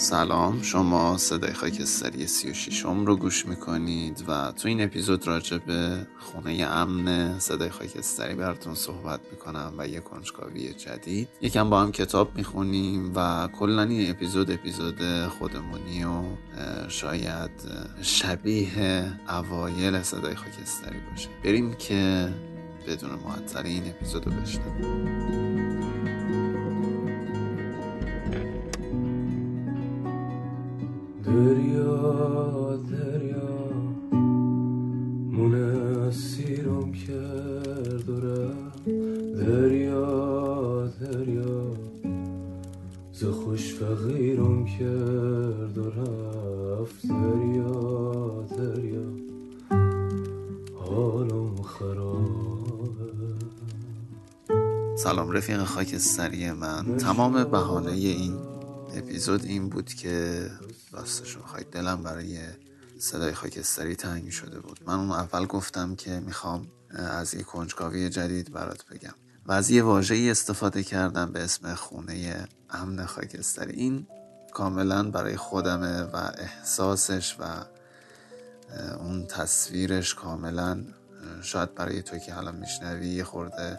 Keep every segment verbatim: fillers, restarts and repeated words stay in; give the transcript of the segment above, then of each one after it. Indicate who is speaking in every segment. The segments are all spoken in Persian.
Speaker 1: سلام، شما صدای خاکستری سی و ششم رو گوش میکنید و تو این اپیزود راجع به خونه امن صدای خاکستری براتون صحبت میکنم و یک کنجکاوی جدید. یکم با هم کتاب میخونیم و کلاً این اپیزود اپیزود خودمونی و شاید شبیه اوایل صدای خاکستری باشه. بریم که بدون معطلی این اپیزود رو بشنویم.
Speaker 2: دریا دریا مناسیرم کرد و رفت، دریا دریا ز خوش فقیرم کرد و رفت، دریا دریا حالم خرابه.
Speaker 1: سلام رفیق خاکستری من. تمام بهانه این اپیزود این بود که راستشو خواهید دلم برای صدای خاکستری تنگ شده بود. من اون اول گفتم که میخوام از یک کنجکاوی جدید برات بگم و از یه واژه‌ای استفاده کردم به اسم خونه امن خاکستری. این کاملا برای خودمه و احساسش و اون تصویرش کاملا شاید برای تو که حالا میشنوی یه خورده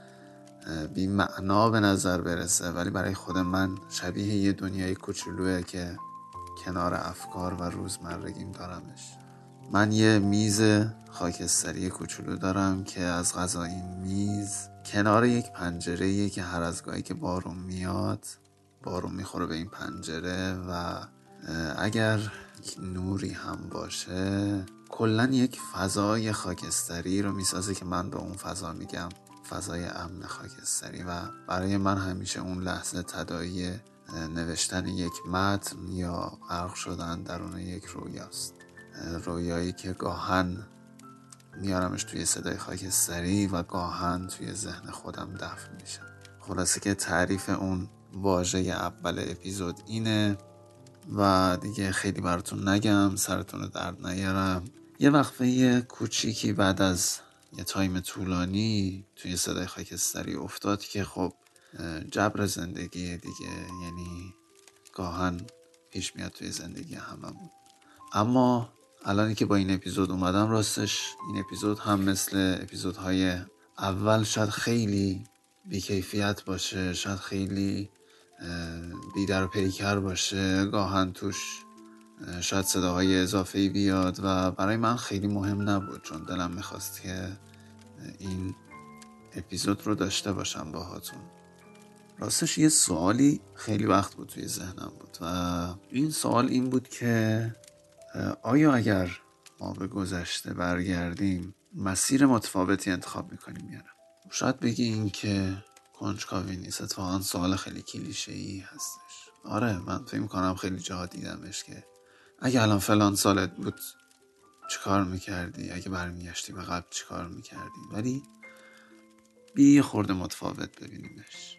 Speaker 1: بی معنا به نظر برسه، ولی برای خود من شبیه یه دنیای کوچولوئه که کنار افکار و روزمرگیم دارمش. من یه میز خاکستری کوچولو دارم که از قضا این میز کنار یک پنجره‌ایه که هر از گاهی که بارون میاد بارون میخوره به این پنجره و اگر نوری هم باشه کلاً یک فضای خاکستری رو میسازه که من به اون فضا میگم فضای امن خاکستری و برای من همیشه اون لحظه تداعی نوشتن یک متن یا غرق شدن درون یک رویاست. رویایی که گاهن میارمش توی صدای خاکستری و گاهن توی ذهن خودم دفن میشم. خلاصه که تعریف اون واژه اول اپیزود اینه و دیگه خیلی براتون نگم، سرتون رو درد نیارم. یه وقفه کوچیکی بعد از یه تایم طولانی توی صدای خاکستری افتاد که خب جبر زندگی دیگه، یعنی گاهن پیش میاد توی زندگی هممون. اما الانی که با این اپیزود اومدم، راستش این اپیزود هم مثل اپیزودهای اول شاید خیلی بیکیفیت باشه، شاید خیلی بیدر و پیکر باشه، گاهن توش شاید صداهای اضافه‌ای بیاد و برای من خیلی مهم نبود، چون دلم میخواست که این اپیزود رو داشته باشم باهاتون. راستش یه سوالی خیلی وقت بود توی ذهنم بود و این سوال این بود که آیا اگر ما به گذشته برگردیم مسیر متفاوتی انتخاب میکنیم یا نه؟ شاید بگی این که کنجکاوی نیست، اتفاقا سوال خیلی کلیشه‌ای هستش. آره، من فکر میکنم خیلی جاها دیدمش که اگه الان فلان سالت بود چی کار میکردی، اگه برمیگشتی به قبل چی کار میکردی، ولی بی یه خورده متفاوت ببینیمش.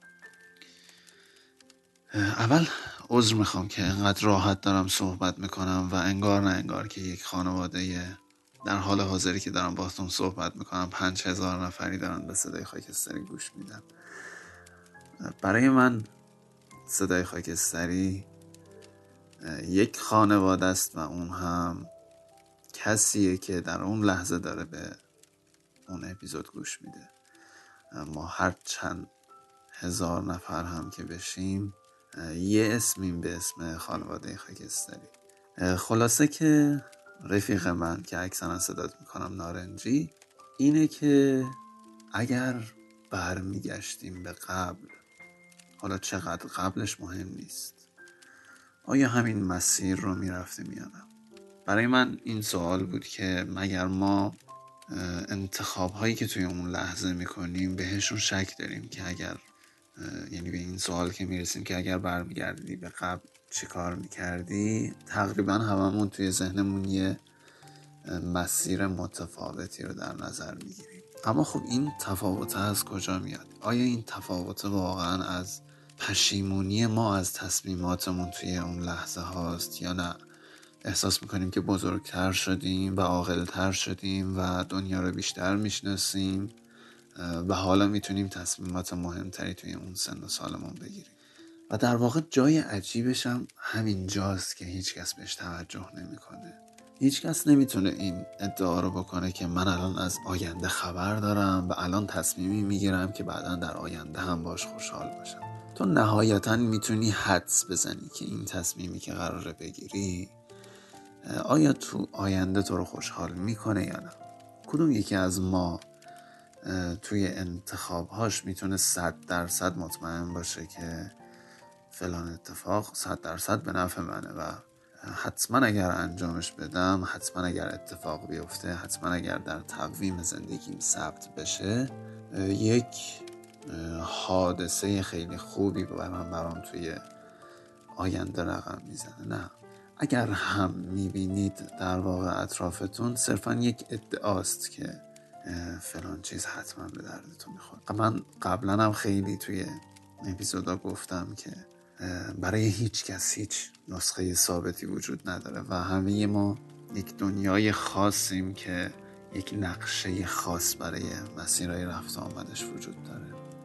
Speaker 1: اول عذر میخوام که انقدر راحت دارم صحبت میکنم و انگار نه انگار که یک خانواده در حال حاضری که دارم باهاتون صحبت میکنم پنج هزار نفری دارن به صدای خاکستری گوش میدن. برای من صدای خاکستری یک خانواده است و اون هم کسیه که در اون لحظه داره به اون اپیزود گوش میده. ما هر چند هزار نفر هم که بشیم یه اسمیم به اسم خانواده خاکستری. خلاصه که رفیق من که اکثرا صدات میکنم نارنجی، اینه که اگر برمیگشتیم به قبل، حالا چقدر قبلش مهم نیست، آیا همین مسیر رو میرفتیم یا نه؟ برای من این سوال بود که مگر ما انتخاب هایی که توی اون لحظه میکنیم بهشون شک داریم که اگر، یعنی به این سوال که میرسیم که اگر برمیگردی به قبل چی کار میکردی، تقریبا هممون توی ذهنمون یه مسیر متفاوتی رو در نظر میگیریم. اما خب این تفاوت از کجا میاد؟ آیا این تفاوت واقعا از پشیمونی ما از تصمیماتمون توی اون لحظه هاست یا نه احساس میکنیم که بزرگتر شدیم و عاقل‌تر شدیم و دنیا رو بیشتر میشناسیم و حالا میتونیم تصمیمات مهمتری توی اون سن و سالمون بگیریم؟ و در واقع جای عجیبش هم همین جاست که هیچ کس بهش توجه نمیکنه. هیچ کس نمیتونه این ادعا رو بکنه که من الان از آینده خبر دارم و الان تصمیمی میگیرم که بعدا در آینده هم باش خوشحال باشم. تو نهایتا میتونی حدس بزنی که این تصمیمی که قراره بگیری آیا تو آینده تو رو خوشحال میکنه یا نه. کدوم یکی از ما توی انتخابهاش میتونه صد درصد مطمئن باشه که فلان اتفاق صد درصد به نفع منه و حتما اگر انجامش بدم، حتما اگر اتفاق بیفته، حتما اگر در تقویم زندگیم ثبت بشه یک حادثه خیلی خوبی برام برام توی آینده رقم میزنه؟ نه. اگر هم میبینید در واقع اطرافتون صرفا یک ادعاست که فلان چیز حتما به دردتون میخوره. من قبلا هم خیلی توی اپیزودا گفتم که برای هیچ کس هیچ نسخه ثابتی وجود نداره و همه ما یک دنیای خاصیم که یک نقشه خاص برای مسیرهای رفت آمدش وجود داره.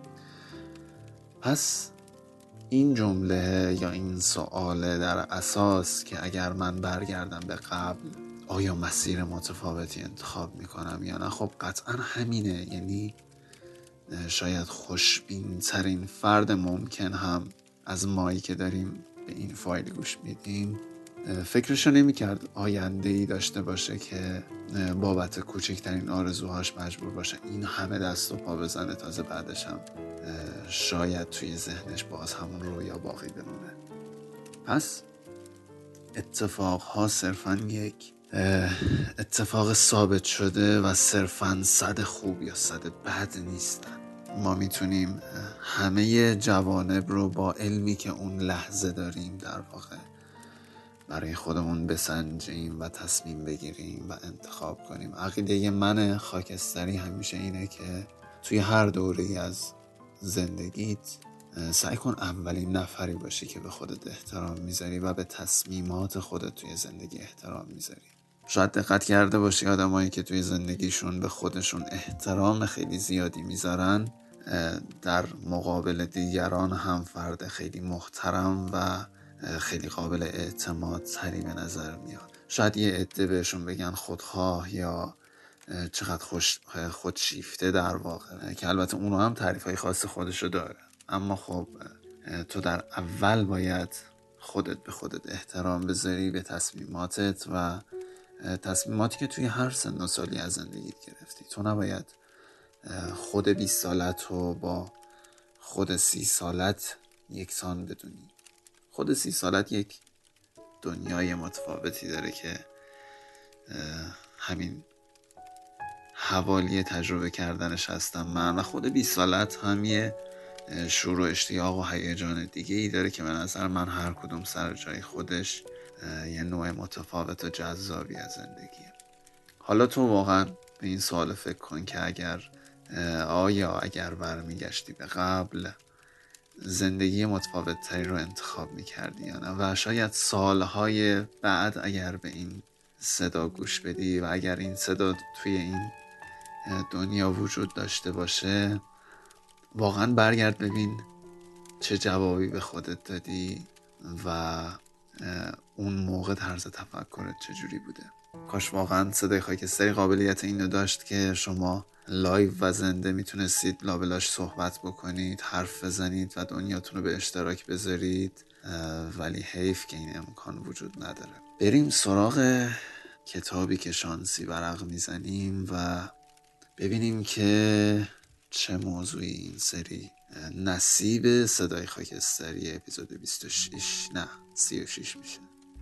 Speaker 1: پس این جمله یا این سوال در اساس که اگر من برگردم به قبل آیا مسیر متفاوتی انتخاب میکنم یا نه، خب قطعا همینه. یعنی شاید خوشبین ترین فرد ممکن هم از مایی که داریم به این فایل گوش میدیم فکرشو نمی کرد آینده ای داشته باشه که بابت کوچکترین آرزوهاش مجبور باشه این همه دست و پا بزنه، تازه بعدش هم شاید توی ذهنش باز همون رویا باقی بمونه. پس اتفاقها صرفا یک اتفاق ثابت شده و صرفا صد خوب یا صد بد نیستن. ما میتونیم همه جوانب رو با علمی که اون لحظه داریم در واقع برای خودمون بسنجیم و تصمیم بگیریم و انتخاب کنیم. عقیده من خاکستری همیشه اینه که توی هر دوره‌ای از زندگیت سعی کن اولین نفری باشی که به خودت احترام میذاری و به تصمیمات خودت توی زندگی احترام میذاری. شاید دقت کرده باشی آدمایی که توی زندگیشون به خودشون احترام خیلی زیادی میذارن در مقابل دیگران هم فرد خیلی محترم و خیلی قابل اعتماد تری به نظر میاد. شاید یه عده بهشون بگن خودخواه یا چقدر خوش خودشیفته در واقع، که البته اونو هم تعریفای خاص خودشو داره، اما خب تو در اول باید خودت به خودت احترام بذاری، به تصمیماتت و تصمیماتی که توی هر سن و سالی از زندگیت گرفتی. تو نباید خود بیست سالت رو با خود سی سالت یکسان بدونی. خود سی سالت یک دنیای متفاوتی داره که همین حوالی تجربه کردنش هستم من، و خود بیست سالت هم یه شور و اشتیاق و هیجان دیگه ای داره که به نظر من هر کدوم سر جای خودش یه نوع متفاوت و جذابی از زندگیه. حالا تو واقعا به این سوال فکر کن که اگر آیا اگر برمیگشتی به قبل زندگی متفاوت تری رو انتخاب میکردی یا نه، و شاید سالهای بعد اگر به این صدا گوش بدی و اگر این صدا توی این دنیا وجود داشته باشه، واقعا برگرد ببین چه جوابی به خودت دادی و اون موقع طرز تفکرت چجوری بوده. کاش واقعا صدای خاکستری قابلیت اینو داشت که شما لایو و زنده میتونستید لابلاش صحبت بکنید، حرف بزنید و دنیاتون رو به اشتراک بذارید، ولی حیف که این امکان وجود نداره. بریم سراغ کتابی که شانسی ورق میزنیم و ببینیم که چه موضوعی این سری نصیب صدای خاکستری اپیزود بیست و شش نه سی و شش میشه.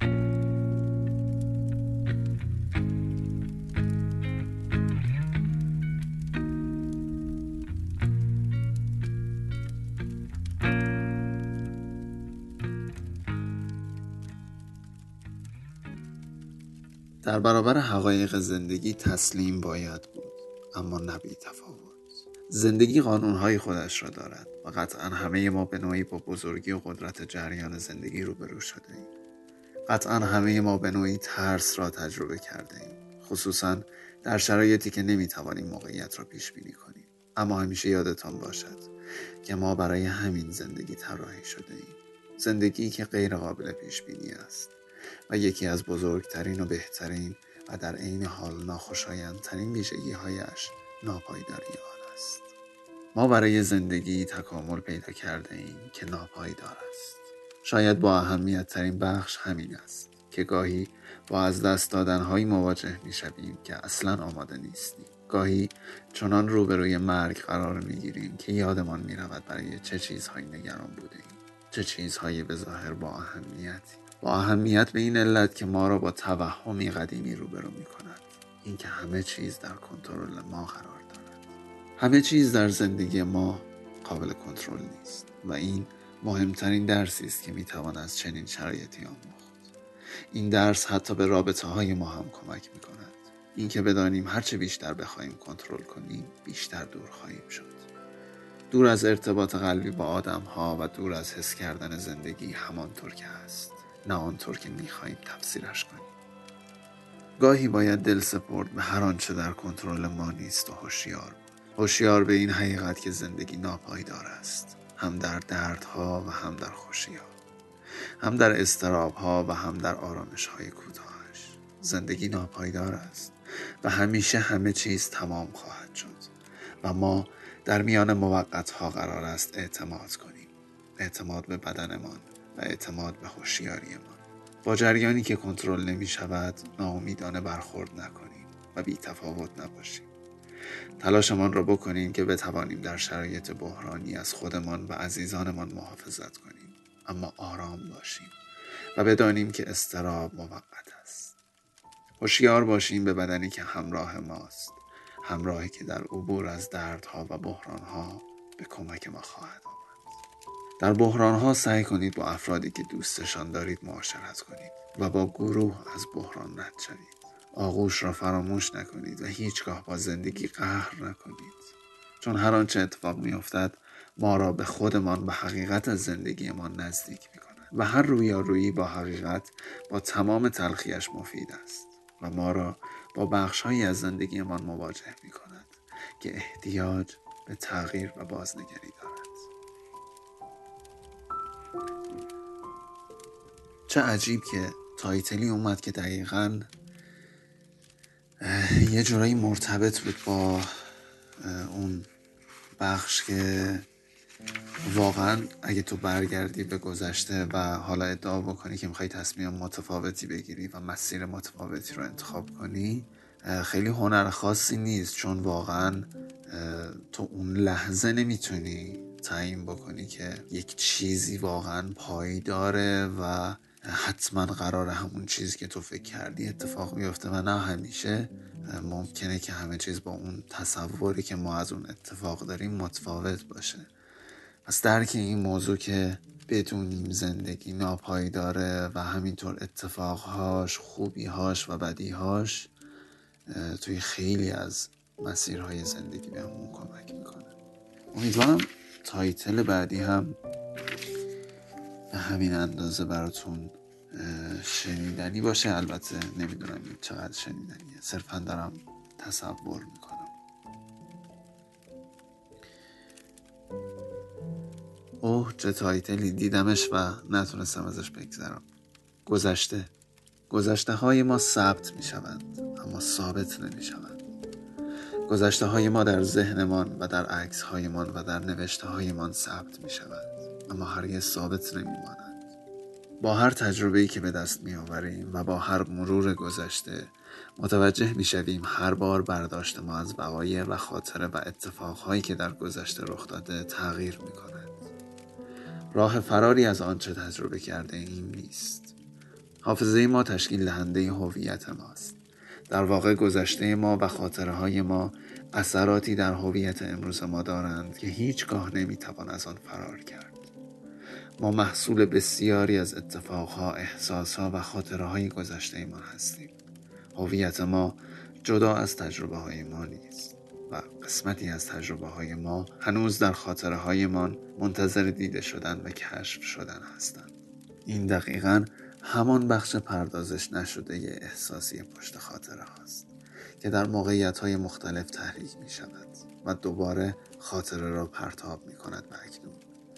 Speaker 1: در برابر حقایق زندگی تسلیم باید بود، اما نه بی تفاوت. زندگی قانونهای خودش را دارد و قطعا همه ما به نوعی با بزرگی و قدرت جریان زندگی روبرو شده ایم. قطعا همه ما به نوعی ترس را تجربه کرده ایم، خصوصا در شرایطی که نمیتوانیم موقعیت را پیش بینی کنیم. اما همیشه یادتان باشد که ما برای همین زندگی طراحی شده ایم. زندگی که غیر قابل پیش بینی است و یکی از بزرگترین و بهترین و در عین حال ناخوشایندترین ویژگی‌هایش ناپایداری آن است. ما برای زندگی تکامل پیدا کرده ایم که ناپایدار است. شاید با اهمیت ترین بخش همین است که گاهی با از دست دادن‌هایی مواجه می‌شویم که اصلاً آماده نیستیم. گاهی چنان روبروی مرگ قرار می‌گیریم که یادمان می‌رود برای چه چیزهایی نگران بودیم، چه چیزهایی به ظاهر با اهمیتی. با اهمیت به این علت که ما را با توهمی قدیمی روبرو می‌کند، اینکه همه چیز در کنترل ما قرار دارد. همه چیز در زندگی ما قابل کنترل نیست و این مهمترین درسی است که می‌توان از چنین شرایطی آموخت. این درس حتی به رابطه‌های ما هم کمک می‌کند. اینکه بدانیم هرچه بیشتر بخوایم کنترل کنیم، بیشتر دور خواهیم شد. دور از ارتباط قلبی با آدم‌ها و دور از حس کردن زندگی همانطور که هست، نه آنطور که می‌خواهیم تفسیرش کنیم. گاهی باید دل سپرد به هر آنچه در کنترل ما نیست و هوشیار بود. هوشیار به این حقیقت که زندگی ناپایدار است، هم در دردها و هم در خوشی‌ها، هم در اضطراب‌ها و هم در آرامش‌های کوتاهش. زندگی ناپایدار است و همیشه همه چیز تمام خواهد شد و ما در میان موقت‌ها قرار است اعتماد کنیم. اعتماد به بدنمان و اعتماد به هوشیاریمان. با جریانی که کنترل نمی شود ناامیدانه برخورد نکنیم و بی تفاوت نباشیم. تلاشمان را بکنیم که بتوانیم در شرایط بحرانی از خودمان و عزیزانمان محافظت کنیم، اما آرام باشیم و بدانیم که اضطراب موقت است. هوشیار باشیم به بدنی که همراه ماست، همراهی که در عبور از دردها و بحرانها به کمک ما خواهد آمد. در بحرانها سعی کنید با افرادی که دوستشان دارید معاشرت کنید و با گروه از بحران رد شوید. آغوش را فراموش نکنید و هیچگاه با زندگی قهر نکنید، چون هر آنچه اتفاق می افتد ما را به خودمان و حقیقت از زندگیمان نزدیک می کند و هر رویارویی با حقیقت با تمام تلخیش مفید است و ما را با بخش‌هایی از زندگیمان مواجه می کند که احتیاج به تغییر و بازنگری دارد. چه عجیب که تایتلی اومد که دقیقاً یه جورایی مرتبط بود با اون بخش که واقعاً اگه تو برگردی به گذشته و حالا ادعا بکنی که میخوای تصمیم متفاوتی بگیری و مسیر متفاوتی رو انتخاب کنی، خیلی هنر خاصی نیست، چون واقعاً تو اون لحظه نمیتونی تعیین بکنی که یک چیزی واقعاً پایداره و حتما قراره همون چیزی که تو فکر کردی اتفاق بیفته و نه همیشه ممکنه که همه چیز با اون تصوری که ما از اون اتفاق داریم متفاوت باشه. پس درک این موضوع که بدونیم زندگی ناپایداره و همینطور اتفاقهاش، خوبیهاش و بدیهاش توی خیلی از مسیرهای زندگی به همون کمک میکنه. امیدوارم تایتل بعدی هم به همین اندازه براتون شنیدنی باشه. البته نمیدونم چقدر شنیدنیه، صرفا دارم تصور میکنم. اوه چه تایتلی، دیدمش و نتونستم ازش بگذرم. گذشته گذشته های ما ثبت می شوند اما ثابت نمی شوند. گذشته های ما در ذهنمان و در عکس هایمان و در نوشته هایمان ثبت می شوند اما هرگز ثابت نمی مانند. با هر تجربه‌ای که به دست می آوریم و با هر مرور گذشته متوجه می شویم هر بار برداشت ما از وقایع و خاطره و اتفاقهایی که در گذشته رخ داده تغییر می کند. راه فراری از آنچه تجربه کرده ایم نیست. حافظه ما تشکیل دهنده هویت ماست. در واقع گذشته ما و خاطره های ما اثراتی در هویت امروز ما دارند که هیچگاه نمیتوان از آن فرار کرد. ما محصول بسیاری از اتفاقها، احساسها و خاطره های گذشته ما هستیم. هویت ما جدا از تجربه های ما نیست و قسمتی از تجربه های ما هنوز در خاطره های ما منتظر دیده شدن و کشف شدن هستند. این دقیقاً همان بخش پردازش نشده ی احساسی پشت خاطره هاست که در موقعیت های مختلف تحریک می شود و دوباره خاطره را پرتاب می کند به اکنون.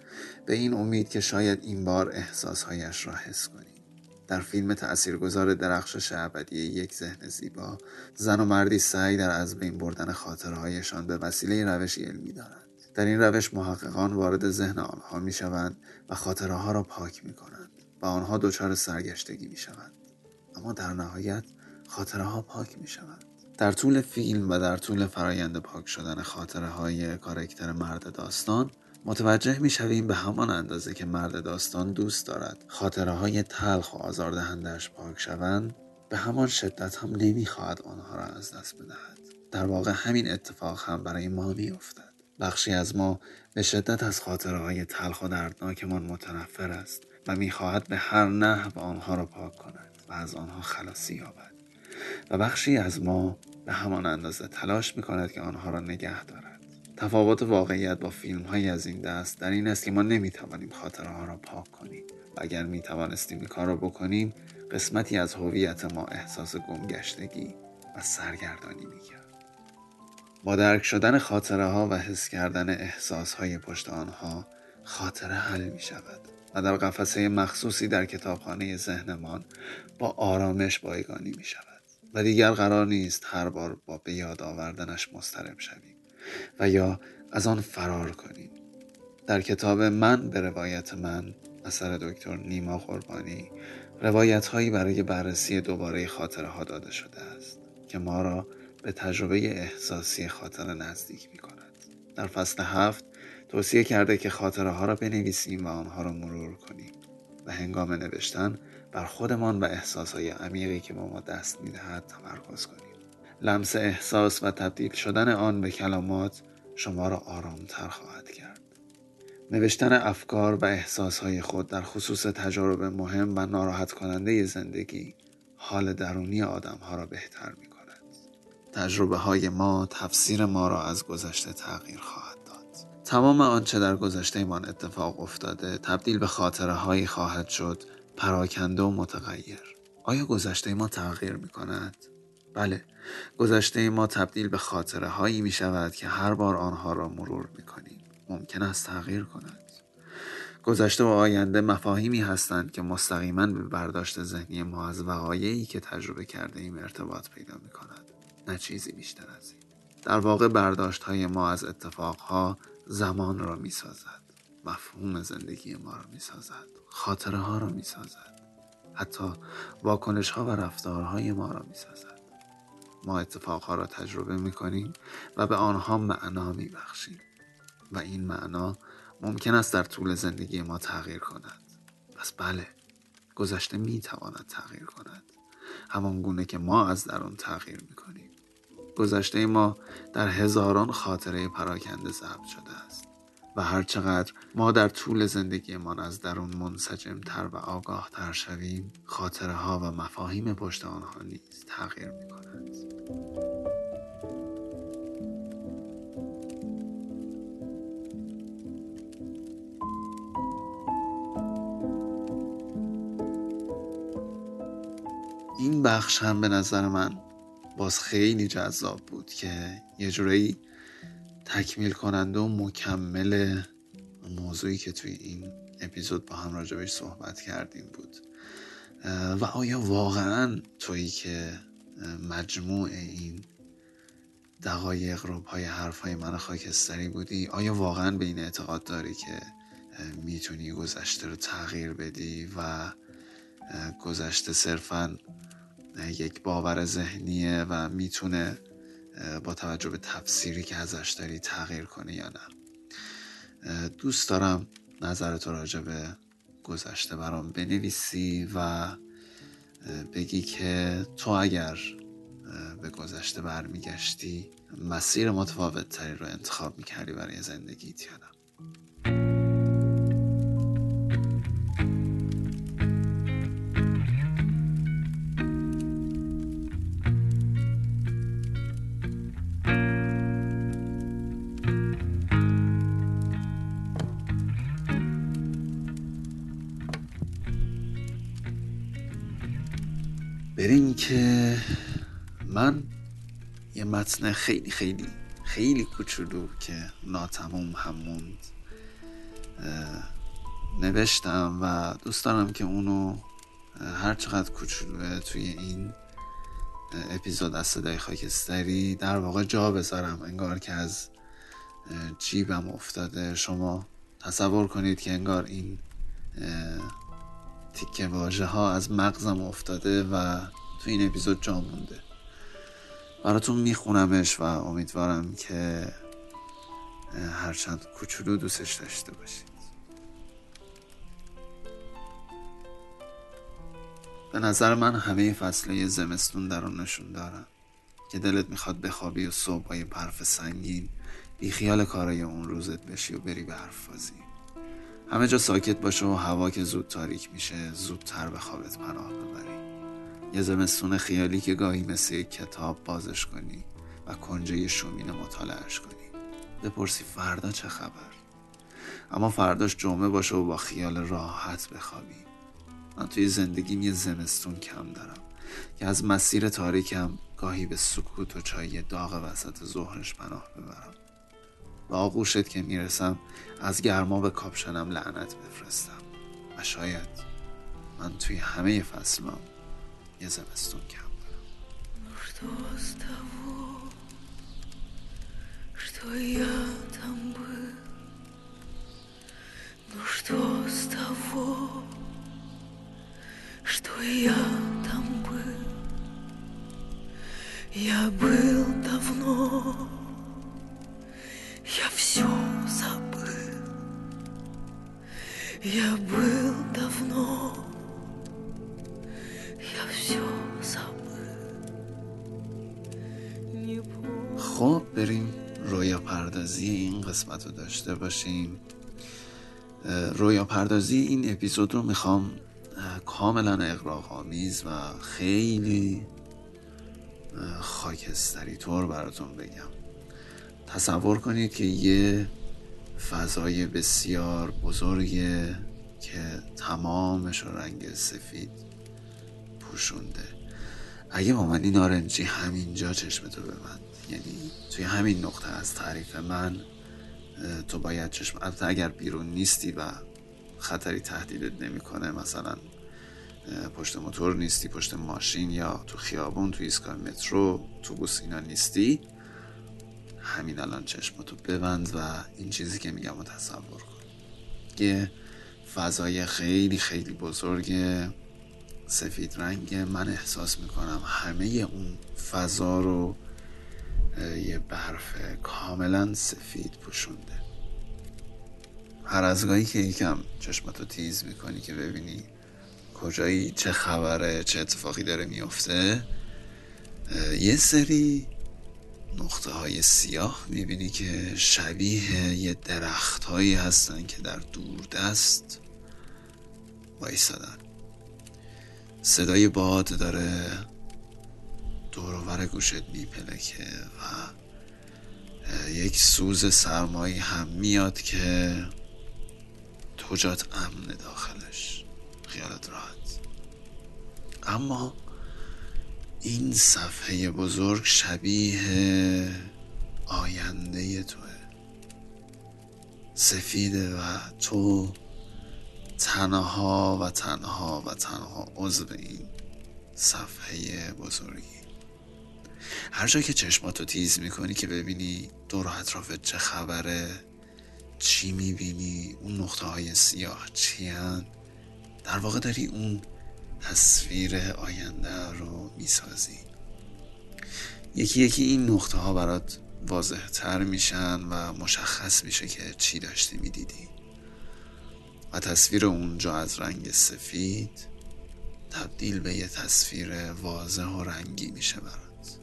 Speaker 1: به این امید که شاید این بار احساسهایش را حس کنیم. در فیلم تأثیرگذار درخشش ابدی یک ذهن زیبا، زن و مردی سعی در از بین بردن خاطرهایشان به وسیله روشی علمی دارند. در این روش محققان وارد ذهن آنها می شوند و خاطره ها را پاک می کنند و آنها دچار سرگشتگی می شوند. اما در نهایت خاطره ها پاک می شوند. در طول فیلم و در طول فرایند پاک شدن خاطره های کاراکتر مرد داستان متوجه می شویم به همان اندازه که مرد داستان دوست دارد خاطره های تلخ و آزاردهندش پاک شوند، به همان شدت هم نمی خواهد آنها را از دست بدهد. در واقع همین اتفاق هم برای ما می افتد. بخشی از ما به شدت از خاطره های تلخ و دردناکمان متنفر است و می خواهد به هر نحو آنها را پاک کند و از آنها خلاصی یابد، و بخشی از ما به همان اندازه تلاش می کند که آنها را نگه دارد. تفاوت واقعیت با فیلم های از این دست در این است که ما نمی توانیم خاطره ها را پاک کنیم و اگر می توانستیم این کار را بکنیم، قسمتی از هویت ما احساس گمگشتگی و سرگردانی می کرد. با درک شدن خاطره ها و حس کردن احساس های پشت آنها، خاطره حل می شود و در قفسه مخصوصی در کتابخانه ذهنمان با آرامش بایگانی می شود و دیگر قرار نیست هر بار با به یاد آوردنش مضطرب شویم و یا از آن فرار کنیم. در کتاب من به روایت من اثر دکتر نیما قربانی، روایت هایی برای بررسی دوباره خاطره ها داده شده است که ما را به تجربه احساسی خاطره نزدیک می کند. در فصل هفت توصیه کرده که خاطره ها را بنویسیم و آنها را مرور کنیم و هنگام نوشتن بر خودمان و احساسهای عمیقی که با ما دست می دهد تمرکز کنیم. لمس احساس و تبدیل شدن آن به کلمات شما را آرامتر خواهد کرد. نوشتن افکار و احساسهای خود در خصوص تجارب مهم و ناراحت کننده زندگی حال درونی آدمها را بهتر می کند. تجربه های ما تفسیر ما را از گذشته تغییر خواهد داد. تمام آنچه در گذشته ما اتفاق افتاده تبدیل به خاطره هایی خواهد شد، پراکنده و متغیر. آیا گذشته ما تغییر می کند؟ بله، گذشته ما تبدیل به خاطره هایی می شود که هر بار آنها را مرور می کنیم ممکن است تغییر کند. گذشته و آینده مفاهیمی هستند که مستقیما به برداشت ذهنی ما از وقایعی که تجربه کرده ایم ارتباط پیدا می کند، نه چیزی بیشتر از این. در واقع برداشت های ما از اتفاقها زمان را می سازد، مفهوم زندگی ما را می سازد، خاطره ها را می سازد، حتی واکنش ها و رفتارهای ما را می سازد. ما اتفاقها را تجربه می کنیم و به آنها معنا می بخشیم و این معنا ممکن است در طول زندگی ما تغییر کند. پس بله، گذشته می تواند تغییر کند، همان گونه که ما از درون تغییر می کنیم. گذشته ما در هزاران خاطره پراکنده ضبط شده است و هر چقدر ما در طول زندگیمان از درون منسجم تر و آگاه تر شویم، خاطره ها و مفاهیم پشت آنها نیز تغییر می کند. این بخش هم به نظر من باز خیلی جذاب بود که یه جورایی تکمیل کننده و مکمل موضوعی که توی این اپیزود با هم راجبش صحبت کردیم بود. و آیا واقعا تویی که مجموع این دقایق رو پای حرفای من خاکستری بودی، آیا واقعا به این اعتقاد داری که میتونی گذشته رو تغییر بدی و گذشته صرفاً یک باور ذهنیه و میتونه با توجه به تفسیری که ازش داری تغییر کنه یا نه؟ دوست دارم نظرت راجع به گذشته برام بنویسی و بگی که تو اگر به گذشته برمیگشتی مسیر متفاوت تری رو انتخاب میکردی برای زندگیت یا نه؟ بریم که من یه متن خیلی خیلی خیلی کوچولو که ناتموم هم موند نوشتم و دوست دارم که اونو هر چقدر کوچولوه توی این اپیزود از صدای خاکستری در واقع جا بذارم، انگار که از جیبم افتاده. شما تصور کنید که انگار این تیکه واژه ها از مغزم افتاده و تو این اپیزود جا مونده. براتون میخونمش و امیدوارم که هرچند کوچولو دوستش داشته باشید. به نظر من همه فصله زمستون در اون نشون دارن که دلت میخواد بخوابی و صبح با یه برف سنگین بی خیال کارای اون روزت بشی و بری به حرف بازی. همه جا ساکت باشه و هوا که زود تاریک میشه زودتر به خوابت پناه ببری. یه زمستون خیالی که گاهی مثل یک کتاب بازش کنی و کنجه شومینه مطالعهش کنی. بپرسی فردا چه خبر، اما فرداش جمعه باشه و با خیال راحت بخوابی. من توی زندگیم یه زمستون کم دارم که از مسیر تاریکم گاهی به سکوت و چای داغ وسط ظهرش پناه ببرم. با آغوشت که میرسم از گرما به کاپشنم لعنت بفرستم و شاید من توی همه فصلم یه زمستون کم دارم.
Speaker 3: Что я там был, я был давно, я все забыл, я был давно, я все забыл. Не помню.
Speaker 1: خب بریم رویا پردازی این قسمت رو داشته باشیم. رویا پردازی این اپیزود رو میخوام کاملا اغراق‌آمیز و خیلی خاکستری طور براتون بگم. تصور کنید که یه فضای بسیار بزرگه که تمامش رو رنگ سفید پوشونده. اگه با من این نارنجی همینجا چشمتو ببند، یعنی توی همین نقطه از تعریف من تو باید چشم، البته اگر بیرون نیستی و خطری تهدیدت نمیکنه، مثلا پشت موتور نیستی، پشت ماشین یا تو خیابون، تو ایستگاه مترو، اتوبوس اینا نیستی، همین الان چشمتو ببند و این چیزی که میگم رو تصور کن. یه فضای خیلی خیلی بزرگ سفید رنگ. من احساس میکنم همه اون فضا رو یه برف کاملا سفید پوشونده. هر از گاهی که یکم چشمتو تیز میکنی که ببینی کجایی، چه خبره، چه اتفاقی داره میفته، یه سری نقطه های سیاه میبینی که شبیه یه درخت هایی هستن که در دوردست وایسادن. صدای باد داره دور و بر گوشت میپلکه و یک سوز سرمایی هم میاد که تو جات امن داخلش، خیالت راحت. اما این صفحه بزرگ شبیه آینده توه، سفیده و تو تنها و تنها و تنها عضو این صفحه بزرگی. هر جا که چشماتو تیز میکنی که ببینی دور و اطرافت چه خبره، چی میبینی، اون نقطه های سیاه چی هن، در واقع داری اون تصویر آینده رو میسازی. یکی یکی این نقطه ها برات واضح تر میشن و مشخص میشه که چی داشتی میدیدی و تصویر اونجا از رنگ سفید تبدیل به یه تصویر واضح و رنگی میشه برات.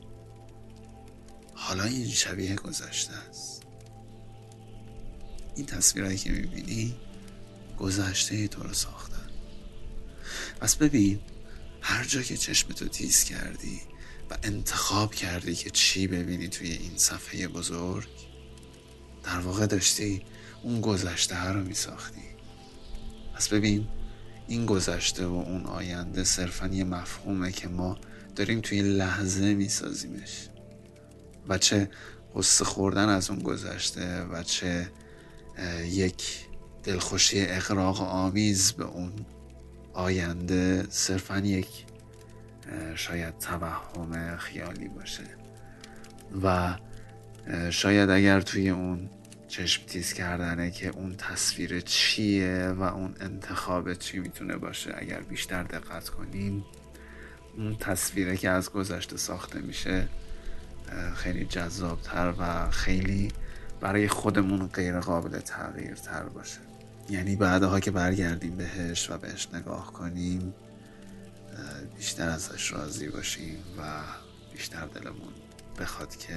Speaker 1: حالا این شبیه گذشته است. این تصویرهایی که میبینی گذشته تو رو ساختن. پس ببین، هر جا که چشمتو تیز کردی و انتخاب کردی که چی ببینی توی این صفحه بزرگ، در واقع داشتی اون گذشته رو میساختی. پس ببین، این گذشته و اون آینده صرفاً یه مفهومه که ما داریم توی لحظه میسازیمش و چه قصه خوردن از اون گذشته و چه یک دلخوشی اغراق آمیز به اون آینده صرفاً یک شاید توهم خیالی باشه و شاید اگر توی اون چشم تیز کردنه که اون تصویر چیه و اون انتخاب چی میتونه باشه، اگر بیشتر دقت کنیم اون تصویره که از گذشته ساخته میشه خیلی جذابتر و خیلی برای خودمون غیر قابل تغییر تر باشه. یعنی بعدها که برگردیم بهش و بهش نگاه کنیم بیشتر ازش راضی باشیم و بیشتر دلمون بخواد که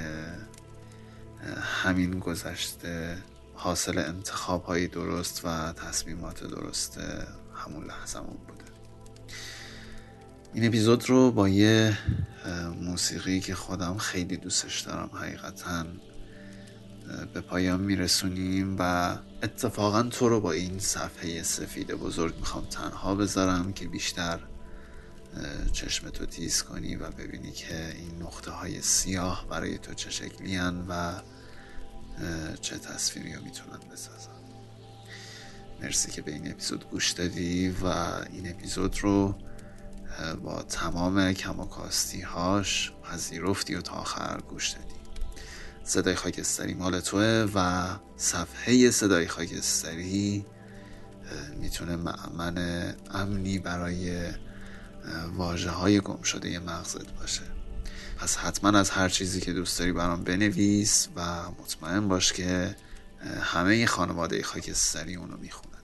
Speaker 1: همین گذشته حاصل انتخاب‌های درست و تصمیمات درست همون لحظمون بوده. این اپیزود رو با یه موسیقی که خودم خیلی دوستش دارم حقیقتاً به پایان میرسونیم و اتفاقاً تو رو با این صفحه سفید بزرگ میخوام تنها بذارم که بیشتر چشم تو تیز کنی و ببینی که این نقطه های سیاه برای تو چه شکلی هن و چه تصویری رو میتونن بسازن. مرسی که به این اپیزود گوش دادی و این اپیزود رو با تمام کم و کاستی هاش پذیرفتی و تا آخر گوش دادی. صدای خاکستری مال توه و صفحه صدای خاکستری میتونه مأمن امنی برای واژه های گم شده مغزت باشه. پس حتما از هر چیزی که دوست داری برام بنویس و مطمئن باش که همه خانواده خاکستری اونو میخوندنش.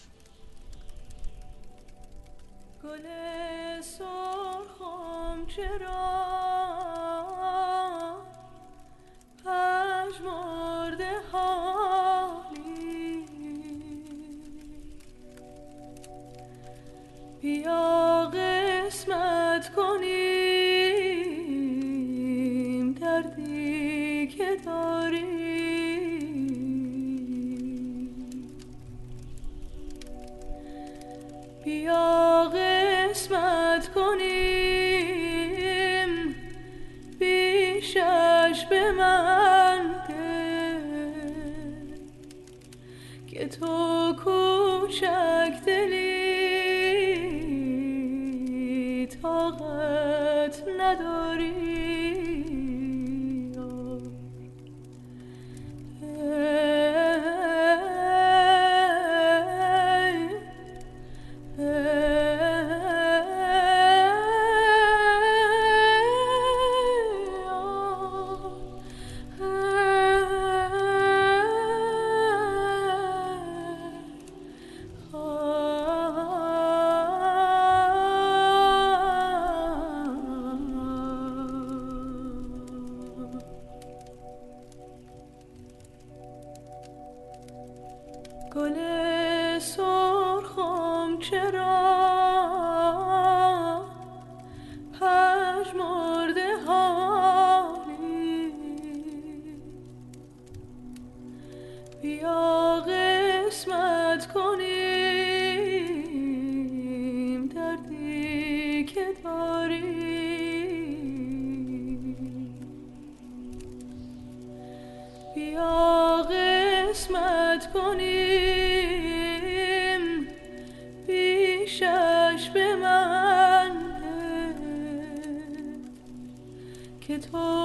Speaker 3: گل سرخم چرا پژمرده حالی، بیا قسمت کنیم دردی که داری، بیا قسمت کنیم بیشش به من ده که تو کوچک دلی طاقت نداری. گل سرخم چرا پژمرده حالی، بیا قسمت کنیم دردی که داری، بیا قسمت کنیم بیشش به من ده که تو